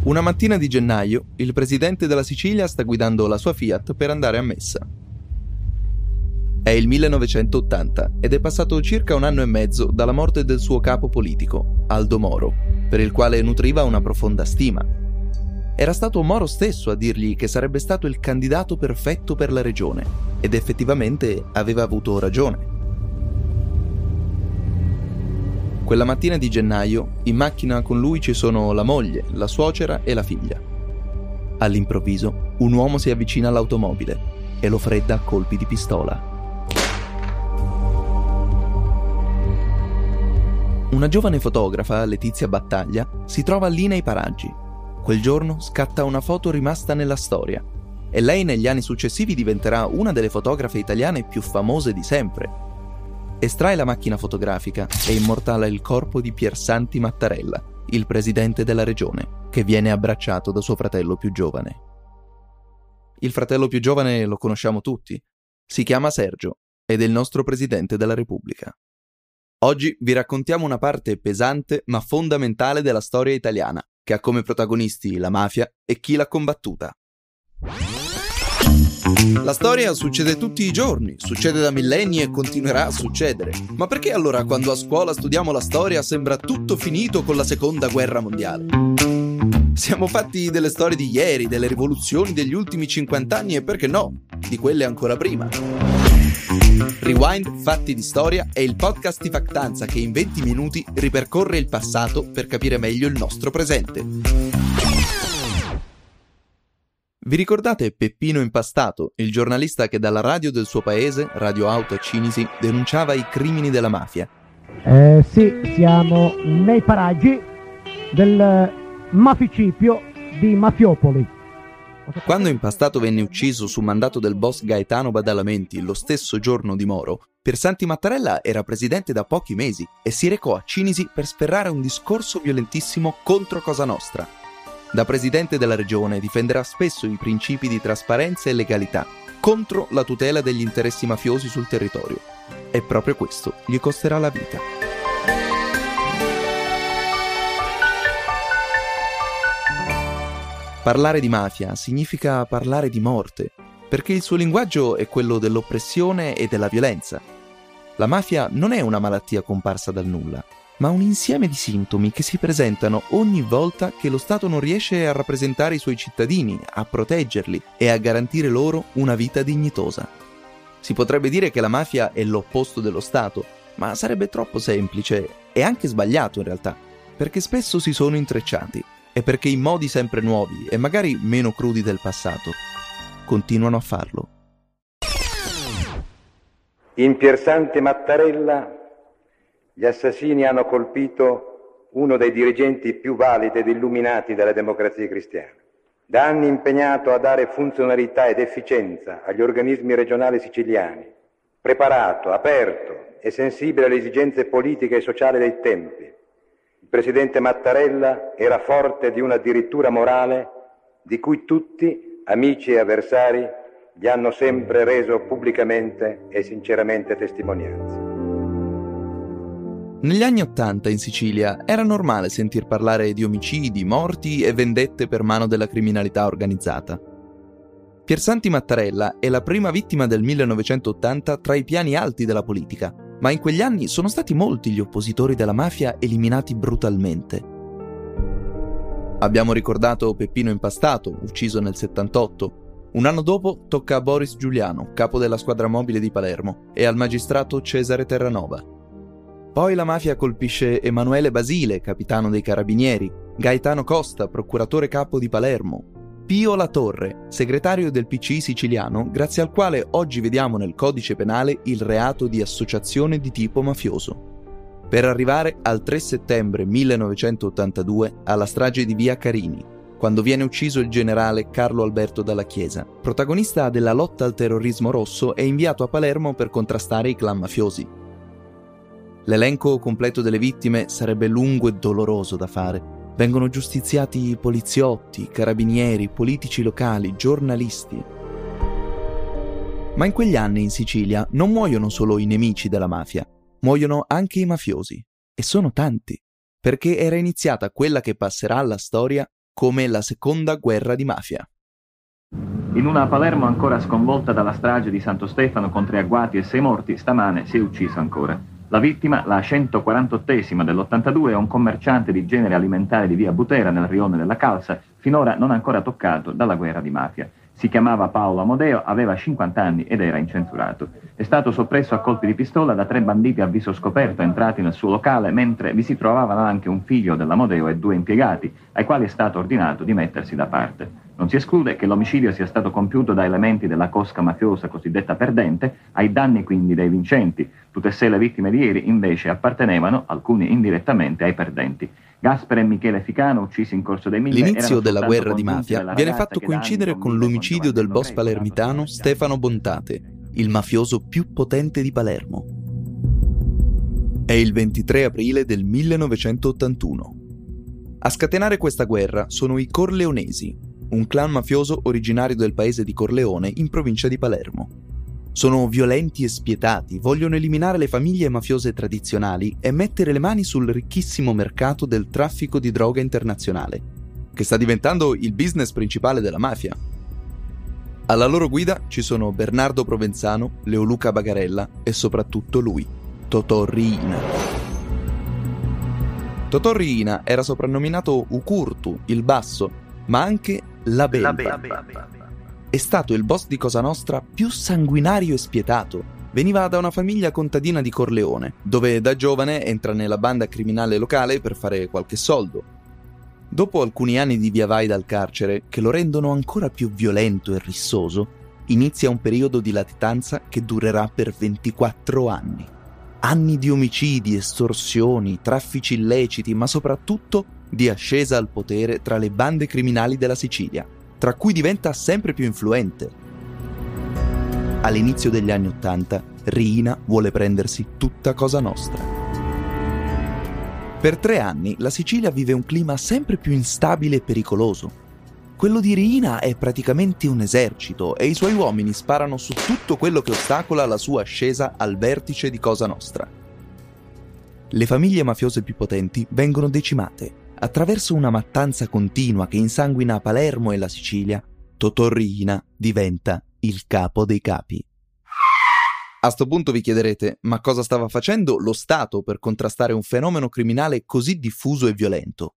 Una mattina di gennaio, il presidente della Sicilia sta guidando la sua Fiat per andare a messa. È il 1980 ed è passato circa 1 anno e mezzo dalla morte del suo capo politico, Aldo Moro, per il quale nutriva una profonda stima. Era stato Moro stesso a dirgli che sarebbe stato il candidato perfetto per la regione, ed effettivamente aveva avuto ragione. Quella mattina di gennaio, in macchina con lui ci sono la moglie, la suocera e la figlia. All'improvviso, un uomo si avvicina all'automobile e lo fredda a colpi di pistola. Una giovane fotografa, Letizia Battaglia, si trova lì nei paraggi. Quel giorno scatta una foto rimasta nella storia e lei negli anni successivi diventerà una delle fotografe italiane più famose di sempre. Estrae la macchina fotografica e immortala il corpo di Piersanti Mattarella, il presidente della regione, che viene abbracciato da suo fratello più giovane. Il fratello più giovane lo conosciamo tutti. Si chiama Sergio ed è il nostro presidente della Repubblica. Oggi vi raccontiamo una parte pesante ma fondamentale della storia italiana, che ha come protagonisti la mafia e chi l'ha combattuta. La storia succede tutti i giorni, succede da millenni e continuerà a succedere. Ma perché allora quando a scuola studiamo la storia sembra tutto finito con la Seconda Guerra Mondiale? Siamo fatti delle storie di ieri, delle rivoluzioni degli ultimi 50 anni e perché no, di quelle ancora prima. Rewind Fatti di Storia è il podcast di Factanza che in 20 minuti ripercorre il passato per capire meglio il nostro presente. Vi ricordate Peppino Impastato, il giornalista che dalla radio del suo paese, Radio Auto a Cinisi, denunciava i crimini della mafia? Sì, siamo nei paraggi del maficipio di Mafiopoli. Quando Impastato venne ucciso su mandato del boss Gaetano Badalamenti lo stesso giorno di Moro, Piersanti Mattarella era presidente da pochi mesi e si recò a Cinisi per sferrare un discorso violentissimo contro Cosa Nostra. Da presidente della regione difenderà spesso i principi di trasparenza e legalità contro la tutela degli interessi mafiosi sul territorio. E proprio questo gli costerà la vita. Parlare di mafia significa parlare di morte, perché il suo linguaggio è quello dell'oppressione e della violenza. La mafia non è una malattia comparsa dal nulla, ma un insieme di sintomi che si presentano ogni volta che lo Stato non riesce a rappresentare i suoi cittadini, a proteggerli e a garantire loro una vita dignitosa. Si potrebbe dire che la mafia è l'opposto dello Stato, ma sarebbe troppo semplice e anche sbagliato in realtà, perché spesso si sono intrecciati e perché in modi sempre nuovi e magari meno crudi del passato continuano a farlo. In Piersanti Mattarella gli assassini hanno colpito uno dei dirigenti più validi ed illuminati della democrazia cristiana. Da anni impegnato a dare funzionalità ed efficienza agli organismi regionali siciliani, preparato, aperto e sensibile alle esigenze politiche e sociali dei tempi, il presidente Mattarella era forte di una dirittura morale di cui tutti, amici e avversari, gli hanno sempre reso pubblicamente e sinceramente testimonianza. Negli anni '80 in Sicilia era normale sentir parlare di omicidi, morti e vendette per mano della criminalità organizzata. Piersanti Mattarella è la prima vittima del 1980 tra i piani alti della politica, ma in quegli anni sono stati molti gli oppositori della mafia eliminati brutalmente. Abbiamo ricordato Peppino Impastato, ucciso nel 78. Un anno dopo tocca a Boris Giuliano, capo della squadra mobile di Palermo, e al magistrato Cesare Terranova. Poi la mafia colpisce Emanuele Basile, capitano dei Carabinieri, Gaetano Costa, procuratore capo di Palermo, Pio La Torre, segretario del PCI siciliano, grazie al quale oggi vediamo nel codice penale il reato di associazione di tipo mafioso, per arrivare al 3 settembre 1982 alla strage di Via Carini, quando viene ucciso il generale Carlo Alberto Dalla Chiesa, protagonista della lotta al terrorismo rosso e inviato a Palermo per contrastare i clan mafiosi. L'elenco completo delle vittime sarebbe lungo e doloroso da fare. Vengono giustiziati poliziotti, carabinieri, politici locali, giornalisti. Ma in quegli anni in Sicilia non muoiono solo i nemici della mafia, muoiono anche i mafiosi. E sono tanti, perché era iniziata quella che passerà alla storia come la seconda guerra di mafia. In una Palermo ancora sconvolta dalla strage di Santo Stefano con 3 agguati e 6 morti, stamane si è ucciso ancora. La vittima, la 148esima dell'82, è un commerciante di generi alimentari di via Butera nel rione della Calza, finora non ancora toccato dalla guerra di mafia. Si chiamava Paolo Amodeo, aveva 50 anni ed era incensurato. È stato soppresso a colpi di pistola da 3 banditi a viso scoperto entrati nel suo locale, mentre vi si trovavano anche un figlio dell'Amodeo e 2 impiegati, ai quali è stato ordinato di mettersi da parte. Non si esclude che l'omicidio sia stato compiuto da elementi della cosca mafiosa cosiddetta perdente, ai danni quindi dei vincenti. Tutte e 6 le vittime di ieri invece appartenevano, alcuni indirettamente, ai perdenti. Gaspare e Michele Ficano, uccisi in Corso dei Mille. L'inizio della guerra di mafia viene fatto coincidere con l'omicidio del boss palermitano Stefano Bontate, il mafioso più potente di Palermo. È il 23 aprile del 1981. A scatenare questa guerra sono i Corleonesi, un clan mafioso originario del paese di Corleone in provincia di Palermo. Sono violenti e spietati, vogliono eliminare le famiglie mafiose tradizionali e mettere le mani sul ricchissimo mercato del traffico di droga internazionale, che sta diventando il business principale della mafia. Alla loro guida ci sono Bernardo Provenzano, Leoluca Bagarella e soprattutto lui, Totò Riina. Totò Riina era soprannominato Ucurtu, il basso, ma anche la belva. È stato il boss di Cosa Nostra più sanguinario e spietato. Veniva da una famiglia contadina di Corleone, dove da giovane entra nella banda criminale locale per fare qualche soldo. Dopo alcuni anni di via vai dal carcere, che lo rendono ancora più violento e rissoso, inizia un periodo di latitanza che durerà per 24 anni. Anni di omicidi, estorsioni, traffici illeciti, ma soprattutto di ascesa al potere tra le bande criminali della Sicilia, tra cui diventa sempre più influente. All'inizio degli anni '80, Riina vuole prendersi tutta Cosa Nostra. Per 3 anni la Sicilia vive un clima sempre più instabile e pericoloso. Quello di Riina è praticamente un esercito e i suoi uomini sparano su tutto quello che ostacola la sua ascesa al vertice di Cosa Nostra. Le famiglie mafiose più potenti vengono decimate. Attraverso una mattanza continua che insanguina Palermo e la Sicilia, Totò Riina diventa il capo dei capi. A sto punto vi chiederete, ma cosa stava facendo lo Stato per contrastare un fenomeno criminale così diffuso e violento?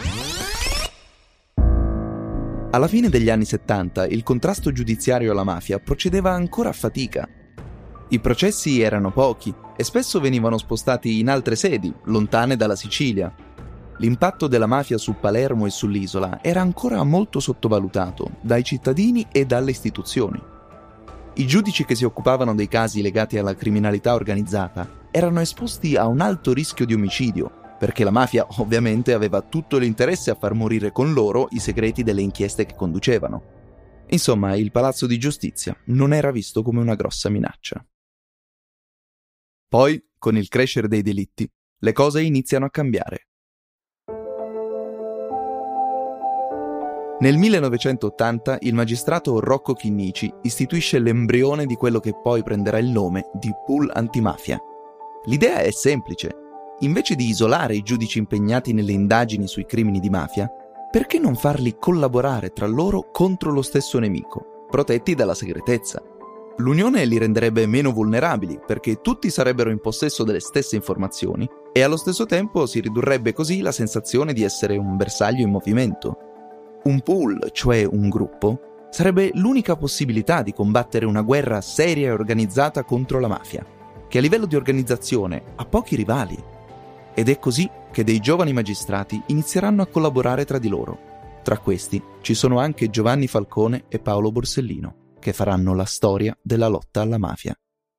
Alla fine degli anni 70 il contrasto giudiziario alla mafia procedeva ancora a fatica. I processi erano pochi e spesso venivano spostati in altre sedi, lontane dalla Sicilia. L'impatto della mafia su Palermo e sull'isola era ancora molto sottovalutato dai cittadini e dalle istituzioni. I giudici che si occupavano dei casi legati alla criminalità organizzata erano esposti a un alto rischio di omicidio, perché la mafia ovviamente aveva tutto l'interesse a far morire con loro i segreti delle inchieste che conducevano. Insomma, il Palazzo di Giustizia non era visto come una grossa minaccia. Poi, con il crescere dei delitti, le cose iniziano a cambiare. Nel 1980 il magistrato Rocco Chinnici istituisce l'embrione di quello che poi prenderà il nome di pool antimafia. L'idea è semplice. Invece di isolare i giudici impegnati nelle indagini sui crimini di mafia, perché non farli collaborare tra loro contro lo stesso nemico, protetti dalla segretezza? L'unione li renderebbe meno vulnerabili, perché tutti sarebbero in possesso delle stesse informazioni e allo stesso tempo si ridurrebbe così la sensazione di essere un bersaglio in movimento. Un pool, cioè un gruppo, sarebbe l'unica possibilità di combattere una guerra seria e organizzata contro la mafia, che a livello di organizzazione ha pochi rivali. Ed è così che dei giovani magistrati inizieranno a collaborare tra di loro. Tra questi ci sono anche Giovanni Falcone e Paolo Borsellino, che faranno la storia della lotta alla mafia.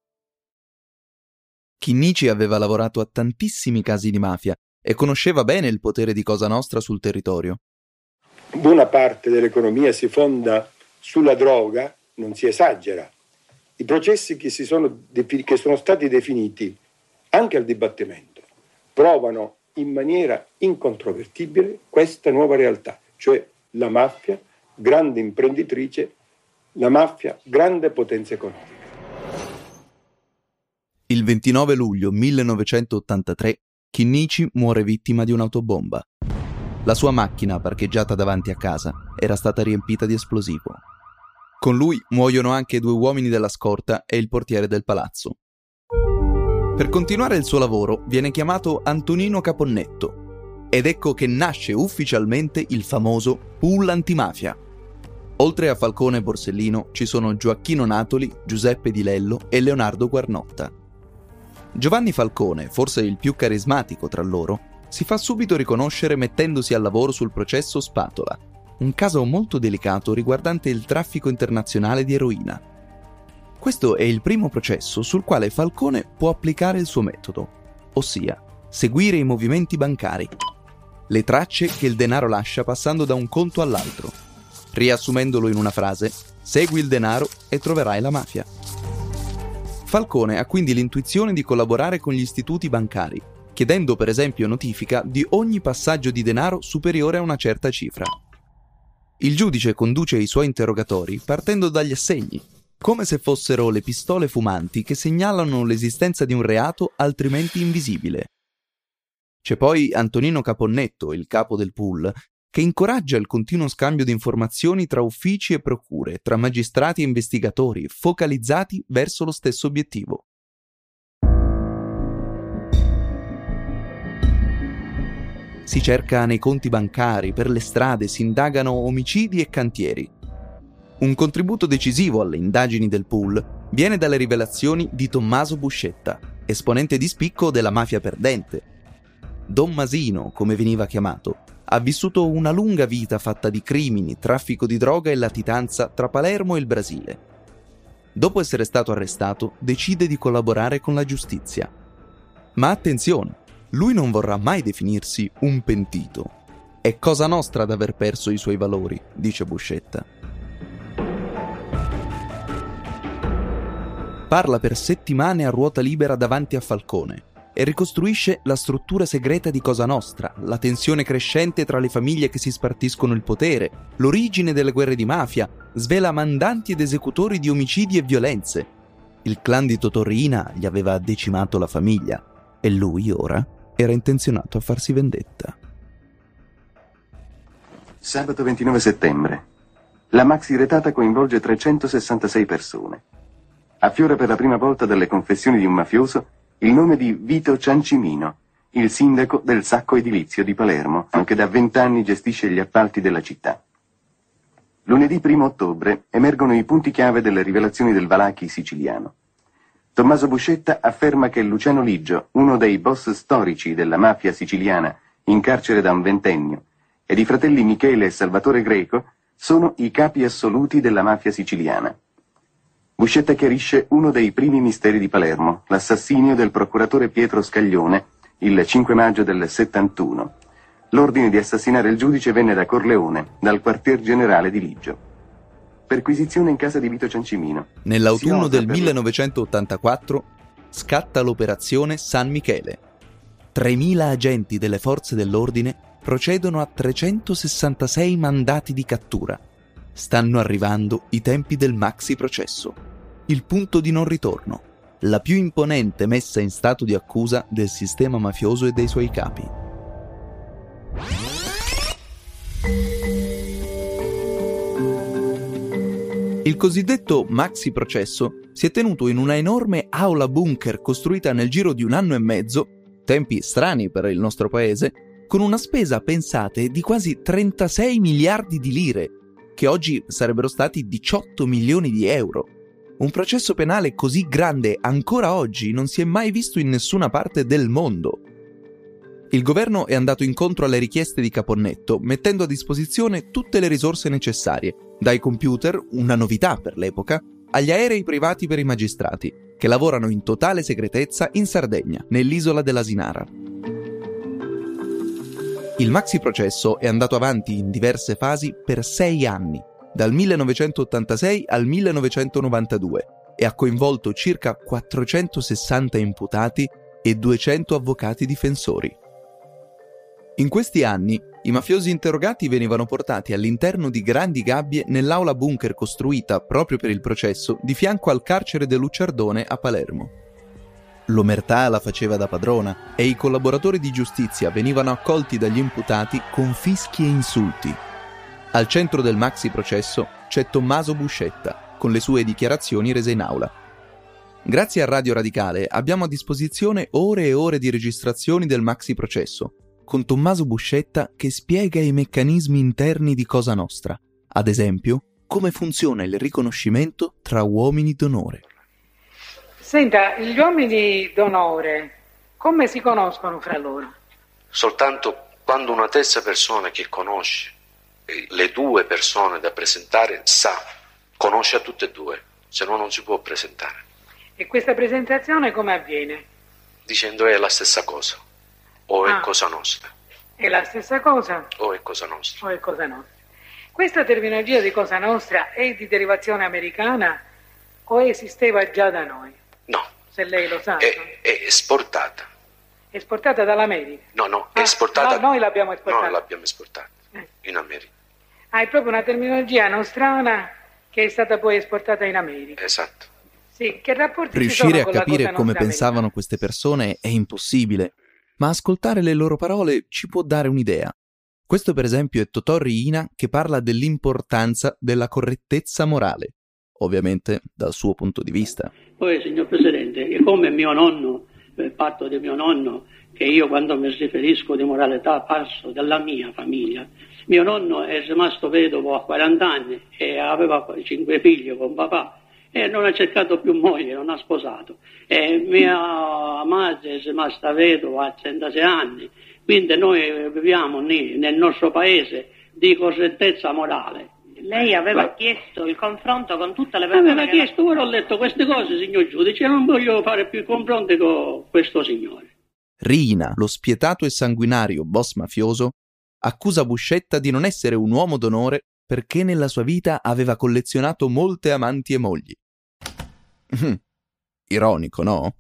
Chinnici aveva lavorato a tantissimi casi di mafia e conosceva bene il potere di Cosa Nostra sul territorio. Buona parte dell'economia si fonda sulla droga, non si esagera. I processi che sono stati definiti anche al dibattimento provano in maniera incontrovertibile questa nuova realtà, cioè la mafia, grande imprenditrice, la mafia, grande potenza economica. Il 29 luglio 1983 Chinnici muore vittima di un'autobomba. La sua macchina, parcheggiata davanti a casa, era stata riempita di esplosivo. Con lui muoiono anche 2 uomini della scorta e il portiere del palazzo. Per continuare il suo lavoro viene chiamato Antonino Caponnetto ed ecco che nasce ufficialmente il famoso pool antimafia. Oltre a Falcone e Borsellino ci sono Gioacchino Natoli, Giuseppe Di Lello e Leonardo Guarnotta. Giovanni Falcone, forse il più carismatico tra loro, si fa subito riconoscere mettendosi al lavoro sul processo Spatola, un caso molto delicato riguardante il traffico internazionale di eroina. Questo è il primo processo sul quale Falcone può applicare il suo metodo, ossia seguire i movimenti bancari, le tracce che il denaro lascia passando da un conto all'altro. Riassumendolo in una frase, segui il denaro e troverai la mafia. Falcone ha quindi l'intuizione di collaborare con gli istituti bancari, chiedendo per esempio notifica di ogni passaggio di denaro superiore a una certa cifra. Il giudice conduce i suoi interrogatori partendo dagli assegni, come se fossero le pistole fumanti che segnalano l'esistenza di un reato altrimenti invisibile. C'è poi Antonino Caponnetto, il capo del pool, che incoraggia il continuo scambio di informazioni tra uffici e procure, tra magistrati e investigatori, focalizzati verso lo stesso obiettivo. Si cerca nei conti bancari, per le strade, si indagano omicidi e cantieri. Un contributo decisivo alle indagini del pool viene dalle rivelazioni di Tommaso Buscetta, esponente di spicco della mafia perdente. Don Masino, come veniva chiamato, ha vissuto una lunga vita fatta di crimini, traffico di droga e latitanza tra Palermo e il Brasile. Dopo essere stato arrestato, decide di collaborare con la giustizia. Ma attenzione! Lui non vorrà mai definirsi un pentito. È cosa nostra ad aver perso i suoi valori, dice Buscetta. Parla per settimane a ruota libera davanti a Falcone e ricostruisce la struttura segreta di Cosa Nostra, la tensione crescente tra le famiglie che si spartiscono il potere, l'origine delle guerre di mafia, svela mandanti ed esecutori di omicidi e violenze. Il clan di Totorina gli aveva decimato la famiglia e lui ora era intenzionato a farsi vendetta. Sabato 29 settembre. La maxi retata coinvolge 366 persone. Affiora per la prima volta dalle confessioni di un mafioso il nome di Vito Ciancimino, il sindaco del Sacco Edilizio di Palermo, che da 20 anni gestisce gli appalti della città. Lunedì 1 ottobre emergono i punti chiave delle rivelazioni del Valachi siciliano. Tommaso Buscetta afferma che Luciano Liggio, uno dei boss storici della mafia siciliana, in carcere da un 20ennio, ed i fratelli Michele e Salvatore Greco sono i capi assoluti della mafia siciliana. Buscetta chiarisce uno dei primi misteri di Palermo, l'assassinio del procuratore Pietro Scaglione, il 5 maggio del 71. L'ordine di assassinare il giudice venne da Corleone, dal quartier generale di Liggio. Perquisizione in casa di Vito Ciancimino. Nell'autunno del 1984 scatta l'operazione San Michele. 3.000 agenti delle forze dell'ordine procedono a 366 mandati di cattura. Stanno arrivando i tempi del maxi processo, il punto di non ritorno, la più imponente messa in stato di accusa del sistema mafioso e dei suoi capi. Il cosiddetto maxi processo si è tenuto in una enorme aula bunker costruita nel giro di 1 anno e mezzo, tempi strani per il nostro paese, con una spesa, pensate, di quasi 36 miliardi di lire, che oggi sarebbero stati 18 milioni di euro. Un processo penale così grande ancora oggi non si è mai visto in nessuna parte del mondo. Il governo è andato incontro alle richieste di Caponnetto, mettendo a disposizione tutte le risorse necessarie, dai computer, una novità per l'epoca, agli aerei privati per i magistrati, che lavorano in totale segretezza in Sardegna, nell'isola dell'Asinara. Il maxi processo è andato avanti in diverse fasi per 6 anni, dal 1986 al 1992, e ha coinvolto circa 460 imputati e 200 avvocati difensori. In questi anni, i mafiosi interrogati venivano portati all'interno di grandi gabbie nell'aula bunker costruita proprio per il processo di fianco al carcere del Lucciardone a Palermo. L'omertà la faceva da padrona e i collaboratori di giustizia venivano accolti dagli imputati con fischi e insulti. Al centro del maxi processo c'è Tommaso Buscetta, con le sue dichiarazioni rese in aula. Grazie a Radio Radicale abbiamo a disposizione ore e ore di registrazioni del maxi processo, con Tommaso Buscetta che spiega i meccanismi interni di Cosa Nostra. Ad esempio, come funziona il riconoscimento tra uomini d'onore. Senta, gli uomini d'onore come si conoscono fra loro? Soltanto quando una terza persona che conosce le due persone da presentare conosce a tutte e due, se no non si può presentare. E questa presentazione come avviene? Dicendo è la stessa cosa, o è Cosa Nostra. È la stessa cosa? O è Cosa Nostra. O è Cosa Nostra. Questa terminologia di Cosa Nostra è di derivazione americana o esisteva già da noi? No. Se lei lo sa. È esportata. Esportata dall'America? No, è esportata. No, noi l'abbiamo esportata. Noi l'abbiamo esportata in America. È proprio una terminologia nostrana che è stata poi esportata in America. Esatto. Sì, che rapporti Riuscire ci sono a con la capire Cosa come Nostra pensavano americana? queste persone è impossibile, ma ascoltare le loro parole ci può dare un'idea. Questo per esempio è Totò Riina che parla dell'importanza della correttezza morale, ovviamente dal suo punto di vista. Poi, signor Presidente, è come mio nonno, il patto di mio nonno, che io quando mi riferisco di moralità parlo della mia famiglia. Mio nonno è rimasto vedovo a 40 anni e aveva 5 figli con papà e non ha cercato più moglie, non ha sposato. E mia madre è rimasta vedova a 36 anni, quindi noi viviamo nel nostro paese di correttezza morale. Lei aveva chiesto il confronto con tutte le persone? Aveva chiesto, ora ho letto queste cose, signor giudice, e non voglio fare più confronti con questo signore. Riina, lo spietato e sanguinario boss mafioso, accusa Buscetta di non essere un uomo d'onore perché nella sua vita aveva collezionato molte amanti e mogli. Ironico, no?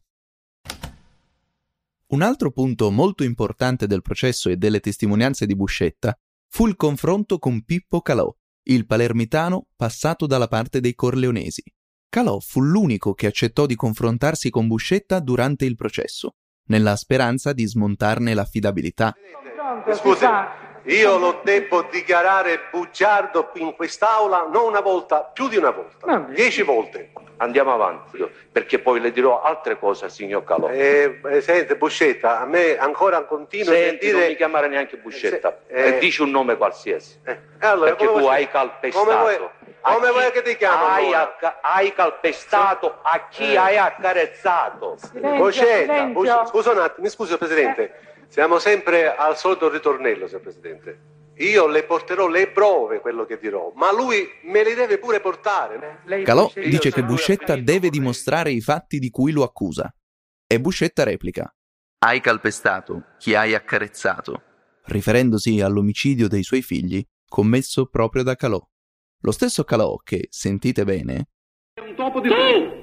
Un altro punto molto importante del processo e delle testimonianze di Buscetta fu il confronto con Pippo Calò, il palermitano passato dalla parte dei Corleonesi. Calò fu l'unico che accettò di confrontarsi con Buscetta durante il processo, nella speranza di smontarne l'affidabilità. Scusi, io lo devo dichiarare bugiardo in quest'aula non una volta, più di una volta, 10 volte. Andiamo avanti, perché poi le dirò altre cose al signor Calò. Senti, Buscetta, a me ancora continua a sentire... non mi chiamare neanche Buscetta, dici un nome qualsiasi. Allora, perché tu hai calpestato. Come vuoi che ti chiamo? Hai calpestato a chi hai accarezzato. Buscetta, scusa un attimo, mi scusi Presidente, siamo sempre al solito ritornello, signor Presidente. Io le porterò le prove, quello che dirò, ma lui me le deve pure portare. Calò dice che Buscetta deve dimostrare i fatti di cui lo accusa. E Buscetta replica: hai calpestato chi hai accarezzato, riferendosi all'omicidio dei suoi figli commesso proprio da Calò. Lo stesso Calò che, sentite bene, è un topo di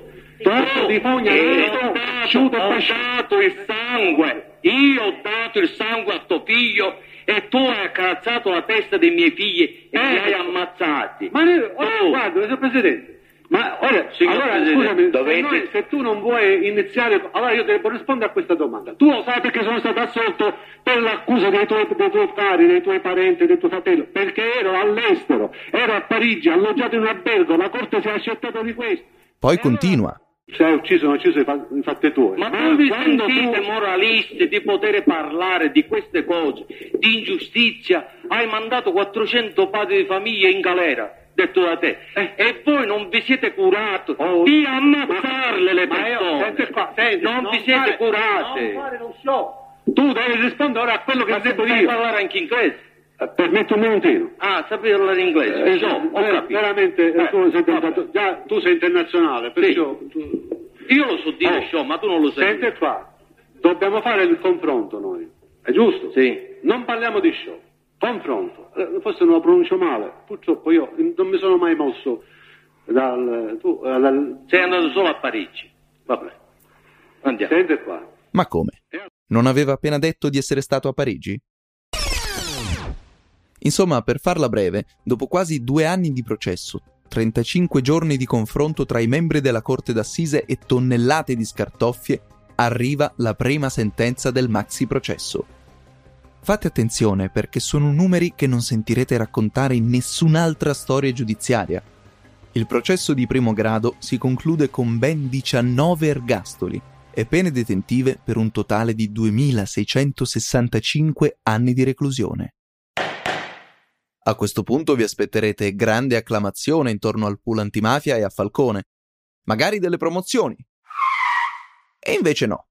fogna, io ho baciato il sangue, io ho dato il sangue a tuo figlio e tu hai accarezzato la testa dei miei figli e li hai ammazzati. Ma guarda, signor Presidente, ma ora, scusami, se tu non vuoi iniziare, allora io devo rispondere a questa domanda. Tu lo sai perché sono stato assolto per l'accusa dei tuoi cari, dei tuoi parenti, del tuo fratello? Perché ero all'estero, ero a Parigi, alloggiato in un albergo, la corte si è accettata di questo. Poi continua. Se hai ucciso i fatti tuoi. Ma voi vi sentite moralisti di poter parlare di queste cose, di ingiustizia? Hai mandato 400 padri di famiglia in galera, detto da te, e voi non vi siete curati di ammazzarle le persone. Non vi siete curati. Non fare lo show. Tu devi rispondere ora a quello che devo dire. Devi parlare anche inglese. Permetti un minutino. Sapevi parlare inglese. Veramente, tu sei internazionale, perciò... Io lo so dire show, ma tu non lo sai. Senti qua, dobbiamo fare il confronto noi, è giusto? Sì. Non parliamo di show, confronto. Forse non lo pronuncio male, purtroppo io non mi sono mai mosso sei andato solo a Parigi. Vabbè, andiamo. Senti qua. Ma come? Non aveva appena detto di essere stato a Parigi? Insomma, per farla breve, dopo quasi 2 anni di processo, 35 giorni di confronto tra i membri della Corte d'Assise e tonnellate di scartoffie, arriva la prima sentenza del maxi processo. Fate attenzione perché sono numeri che non sentirete raccontare in nessun'altra storia giudiziaria. Il processo di primo grado si conclude con ben 19 ergastoli e pene detentive per un totale di 2.665 anni di reclusione. A questo punto vi aspetterete grande acclamazione intorno al pool antimafia e a Falcone, magari delle promozioni. E invece no.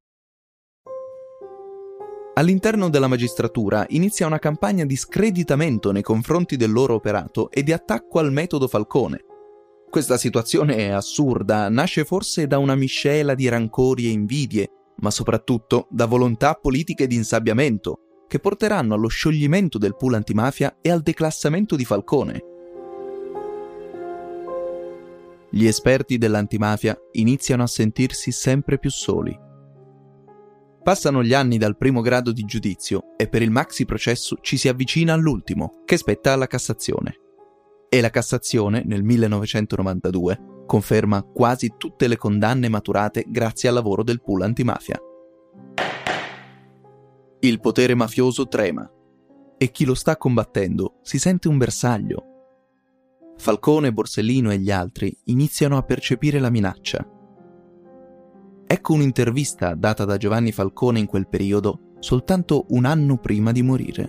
All'interno della magistratura inizia una campagna di screditamento nei confronti del loro operato e di attacco al metodo Falcone. Questa situazione è assurda, nasce forse da una miscela di rancori e invidie, ma soprattutto da volontà politiche di insabbiamento, che porteranno allo scioglimento del pool antimafia e al declassamento di Falcone. Gli esperti dell'antimafia iniziano a sentirsi sempre più soli. Passano gli anni dal primo grado di giudizio e per il maxi processo ci si avvicina all'ultimo, che spetta alla Cassazione. E la Cassazione, nel 1992, conferma quasi tutte le condanne maturate grazie al lavoro del pool antimafia. Il potere mafioso trema e chi lo sta combattendo si sente un bersaglio. Falcone, Borsellino e gli altri iniziano a percepire la minaccia. Ecco un'intervista data da Giovanni Falcone in quel periodo, soltanto un anno prima di morire.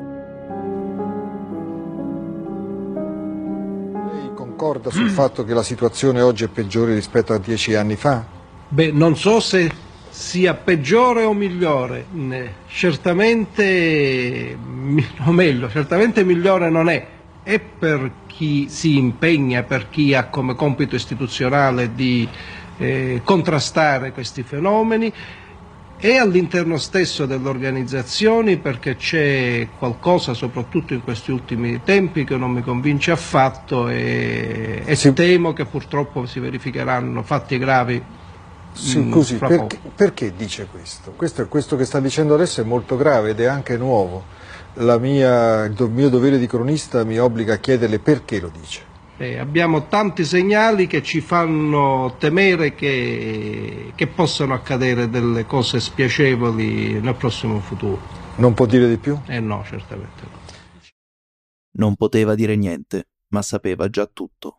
Lei concorda sul fatto che la situazione oggi è peggiore rispetto a 10 anni fa? Beh, non so se sia peggiore o migliore, certamente migliore non è. E per chi si impegna, per chi ha come compito istituzionale di contrastare questi fenomeni, e all'interno stesso delle organizzazioni, perché c'è qualcosa, soprattutto in questi ultimi tempi, che non mi convince affatto e sì, temo che purtroppo si verificheranno fatti gravi. Scusi, perché dice questo? Questo che sta dicendo adesso è molto grave ed è anche nuovo. Il mio dovere di cronista mi obbliga a chiederle perché lo dice. Abbiamo tanti segnali che ci fanno temere che possano accadere delle cose spiacevoli nel prossimo futuro. Non può dire di più? No, certamente no. Non poteva dire niente, ma sapeva già tutto.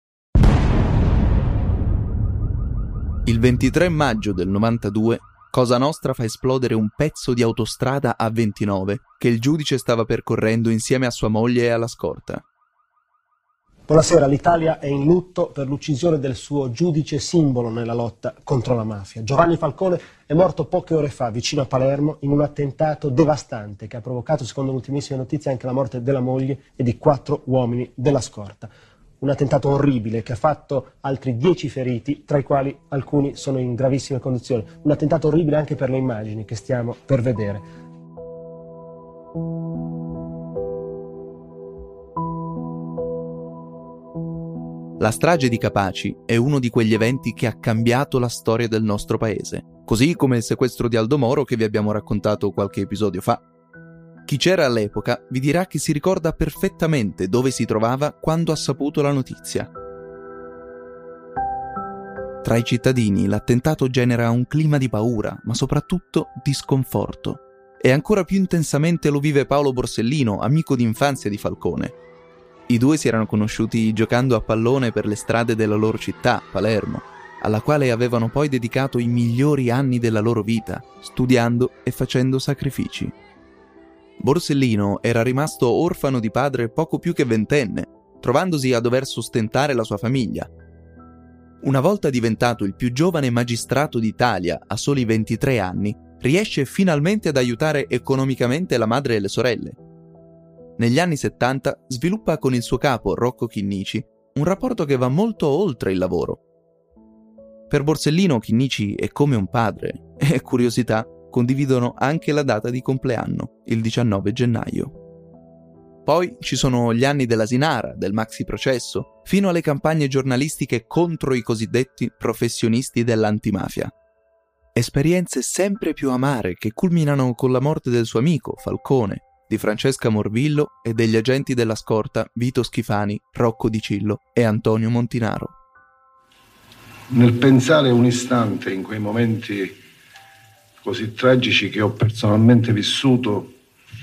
Il 23 maggio del 92, Cosa Nostra fa esplodere un pezzo di autostrada A29 che il giudice stava percorrendo insieme a sua moglie e alla scorta. Buonasera, l'Italia è in lutto per l'uccisione del suo giudice simbolo nella lotta contro la mafia. Giovanni Falcone è morto poche ore fa vicino a Palermo in un attentato devastante che ha provocato, secondo l'ultimissime notizie, anche la morte della moglie e di 4 uomini della scorta. Un attentato orribile che ha fatto altri 10 feriti, tra i quali alcuni sono in gravissime condizioni. Un attentato orribile anche per le immagini che stiamo per vedere. La strage di Capaci è uno di quegli eventi che ha cambiato la storia del nostro paese, così come il sequestro di Aldo Moro che vi abbiamo raccontato qualche episodio fa. Chi c'era all'epoca vi dirà che si ricorda perfettamente dove si trovava quando ha saputo la notizia. Tra i cittadini l'attentato genera un clima di paura, ma soprattutto di sconforto. E ancora più intensamente lo vive Paolo Borsellino, amico d'infanzia di Falcone. I due si erano conosciuti giocando a pallone per le strade della loro città, Palermo, alla quale avevano poi dedicato i migliori anni della loro vita, studiando e facendo sacrifici. Borsellino era rimasto orfano di padre poco più che 20enne, trovandosi a dover sostentare la sua famiglia. Una volta diventato il più giovane magistrato d'Italia, a soli 23 anni, riesce finalmente ad aiutare economicamente la madre e le sorelle. Negli anni 70 sviluppa con il suo capo, Rocco Chinnici, un rapporto che va molto oltre il lavoro. Per Borsellino Chinnici è come un padre e, curiosità, condividono anche la data di compleanno, il 19 gennaio. Poi ci sono gli anni dell'Asinara, del maxi processo, fino alle campagne giornalistiche contro i cosiddetti professionisti dell'antimafia. Esperienze sempre più amare che culminano con la morte del suo amico, Falcone, di Francesca Morvillo e degli agenti della scorta Vito Schifani, Rocco Di Cillo e Antonio Montinaro. Nel pensare un istante in quei momenti così tragici che ho personalmente vissuto,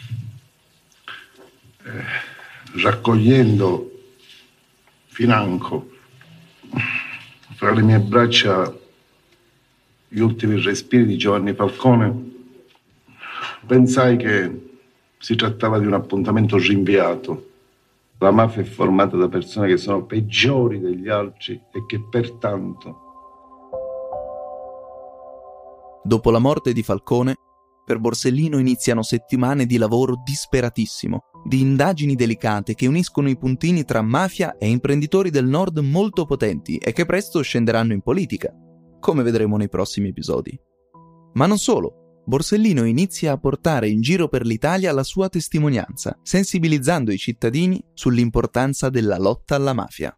raccogliendo financo fra le mie braccia gli ultimi respiri di Giovanni Falcone, pensai che si trattava di un appuntamento rinviato. La mafia è formata da persone che sono peggiori degli altri e che pertanto... Dopo la morte di Falcone, per Borsellino iniziano settimane di lavoro disperatissimo, di indagini delicate che uniscono i puntini tra mafia e imprenditori del nord molto potenti e che presto scenderanno in politica, come vedremo nei prossimi episodi. Ma non solo. Borsellino inizia a portare in giro per l'Italia la sua testimonianza, sensibilizzando i cittadini sull'importanza della lotta alla mafia.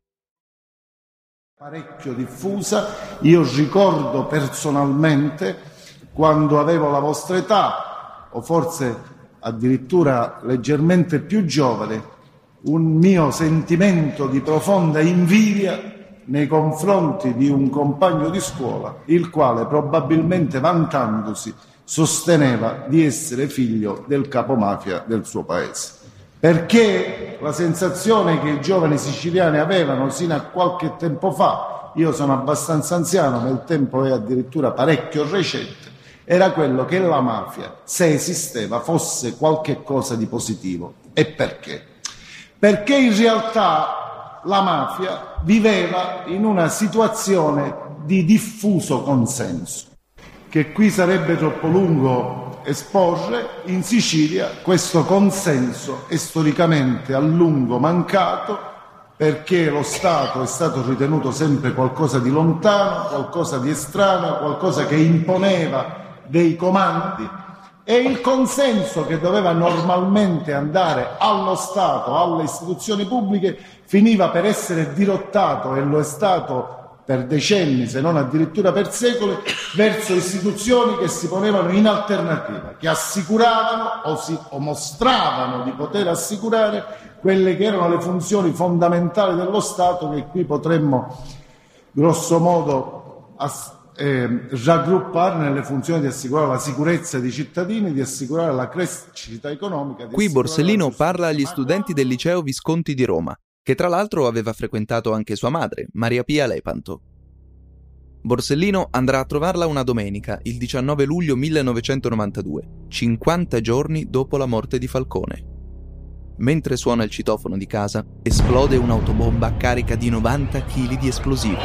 Parecchio diffusa, io ricordo personalmente, quando avevo la vostra età, o forse addirittura leggermente più giovane, un mio sentimento di profonda invidia nei confronti di un compagno di scuola, il quale probabilmente vantandosi sosteneva di essere figlio del capomafia del suo paese. Perché la sensazione che i giovani siciliani avevano sino a qualche tempo fa, io sono abbastanza anziano, ma il tempo è addirittura parecchio recente, era quello che la mafia, se esisteva, fosse qualche cosa di positivo. E perché? Perché in realtà la mafia viveva in una situazione di diffuso consenso, che qui sarebbe troppo lungo esporre. In Sicilia questo consenso è storicamente a lungo mancato, perché lo Stato è stato ritenuto sempre qualcosa di lontano, qualcosa di estraneo, qualcosa che imponeva dei comandi, e il consenso che doveva normalmente andare allo Stato, alle istituzioni pubbliche, finiva per essere dirottato, e lo è stato per decenni, se non addirittura per secoli, verso istituzioni che si ponevano in alternativa, che assicuravano o mostravano di poter assicurare quelle che erano le funzioni fondamentali dello Stato, che qui potremmo grosso modo raggruppare nelle funzioni di assicurare la sicurezza dei cittadini, di assicurare la crescita economica. Qui Borsellino parla agli studenti del liceo Visconti di Roma, che tra l'altro aveva frequentato anche sua madre, Maria Pia Lepanto. Borsellino andrà a trovarla una domenica, il 19 luglio 1992, 50 giorni dopo la morte di Falcone. Mentre suona il citofono di casa, esplode un'autobomba carica di 90 kg di esplosivo.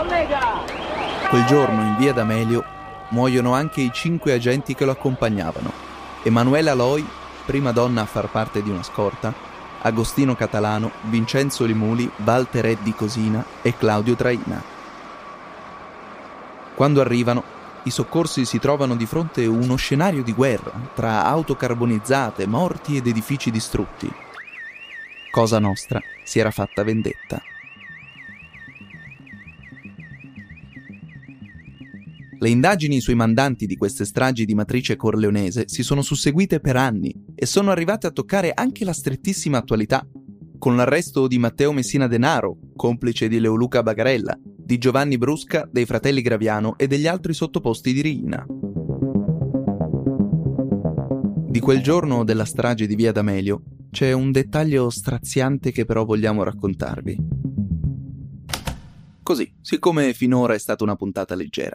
Quel giorno in via D'Amelio muoiono anche i 5 agenti che lo accompagnavano: Emanuela Loi, prima donna a far parte di una scorta, Agostino Catalano, Vincenzo Limuli, Walter Eddi Cosina e Claudio Traina. Quando arrivano, i soccorsi si trovano di fronte a uno scenario di guerra, tra auto carbonizzate, morti ed edifici distrutti. Cosa Nostra si era fatta vendetta. Le indagini sui mandanti di queste stragi di matrice corleonese si sono susseguite per anni e sono arrivate a toccare anche la strettissima attualità, con l'arresto di Matteo Messina Denaro, complice di Leoluca Bagarella, di Giovanni Brusca, dei fratelli Graviano e degli altri sottoposti di Riina. Di quel giorno della strage di via D'Amelio c'è un dettaglio straziante che però vogliamo raccontarvi. Così, siccome finora è stata una puntata leggera.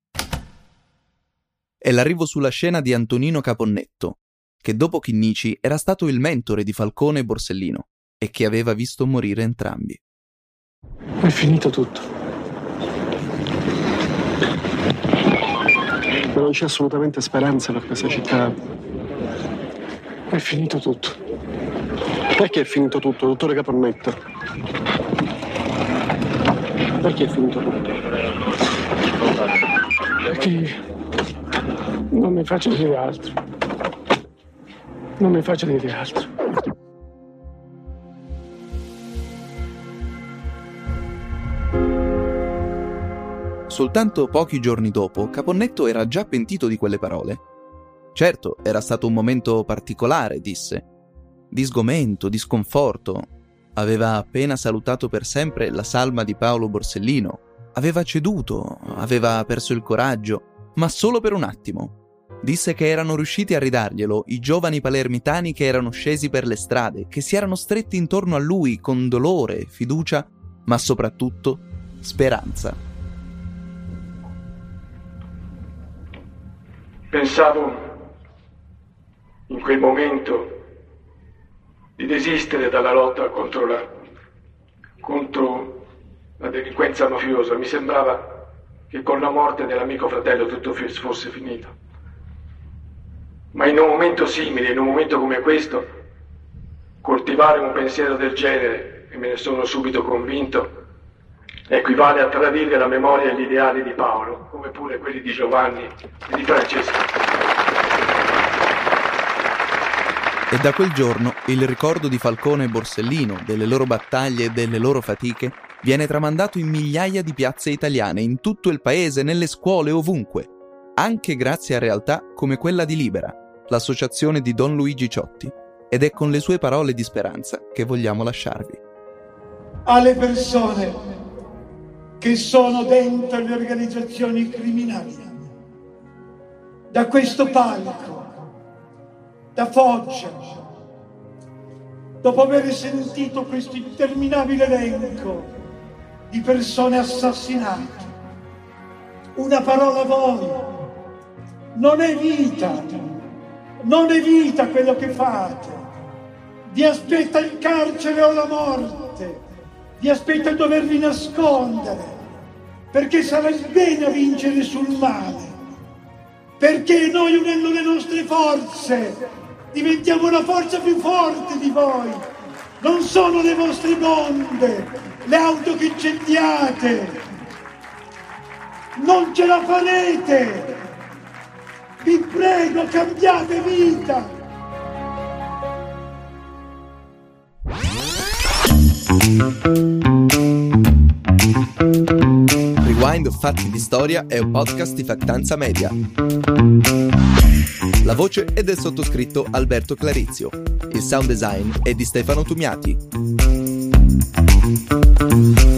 È l'arrivo sulla scena di Antonino Caponnetto, che dopo Chinnici era stato il mentore di Falcone e Borsellino e che aveva visto morire entrambi. È finito tutto. Non c'è assolutamente speranza per questa città. È finito tutto. Perché è finito tutto, dottore Caponnetto? Perché è finito tutto? Perché... non mi faccio dire altro. Non mi faccio dire altro. Soltanto pochi giorni dopo, Caponnetto era già pentito di quelle parole. Certo, era stato un momento particolare, disse. Di sgomento, di sconforto. Aveva appena salutato per sempre la salma di Paolo Borsellino. Aveva ceduto, aveva perso il coraggio, ma solo per un attimo. Disse che erano riusciti a ridarglielo i giovani palermitani che erano scesi per le strade, che si erano stretti intorno a lui con dolore, fiducia, ma soprattutto speranza. Pensavo in quel momento di desistere dalla lotta contro la delinquenza mafiosa. Mi sembrava che con la morte dell'amico fratello tutto fosse finito. Ma in un momento simile, in un momento come questo, coltivare un pensiero del genere, e me ne sono subito convinto, equivale a tradire la memoria e gli ideali di Paolo, come pure quelli di Giovanni e di Francesco. E da quel giorno il ricordo di Falcone e Borsellino, delle loro battaglie e delle loro fatiche, viene tramandato in migliaia di piazze italiane, in tutto il paese, nelle scuole, ovunque, anche grazie a realtà come quella di Libera, l'associazione di Don Luigi Ciotti, ed è con le sue parole di speranza che vogliamo lasciarvi. Alle persone che sono dentro le organizzazioni criminali, da questo palco, da Foggia, dopo aver sentito questo interminabile elenco di persone assassinate, una parola a voi: non è vita. Non è vita quello che fate. Vi aspetta il carcere o la morte. Vi aspetta il dovervi nascondere. Perché sarà il bene a vincere sul male. Perché noi, unendo le nostre forze, diventiamo una forza più forte di voi. Non sono le vostre bombe, le auto che incendiate. Non ce la farete. Vi prego, cambiate vita! Rewind Fatti di Storia è un podcast di Factanza Media. La voce è del sottoscritto Alberto Clarizio. Il sound design è di Stefano Tumiati.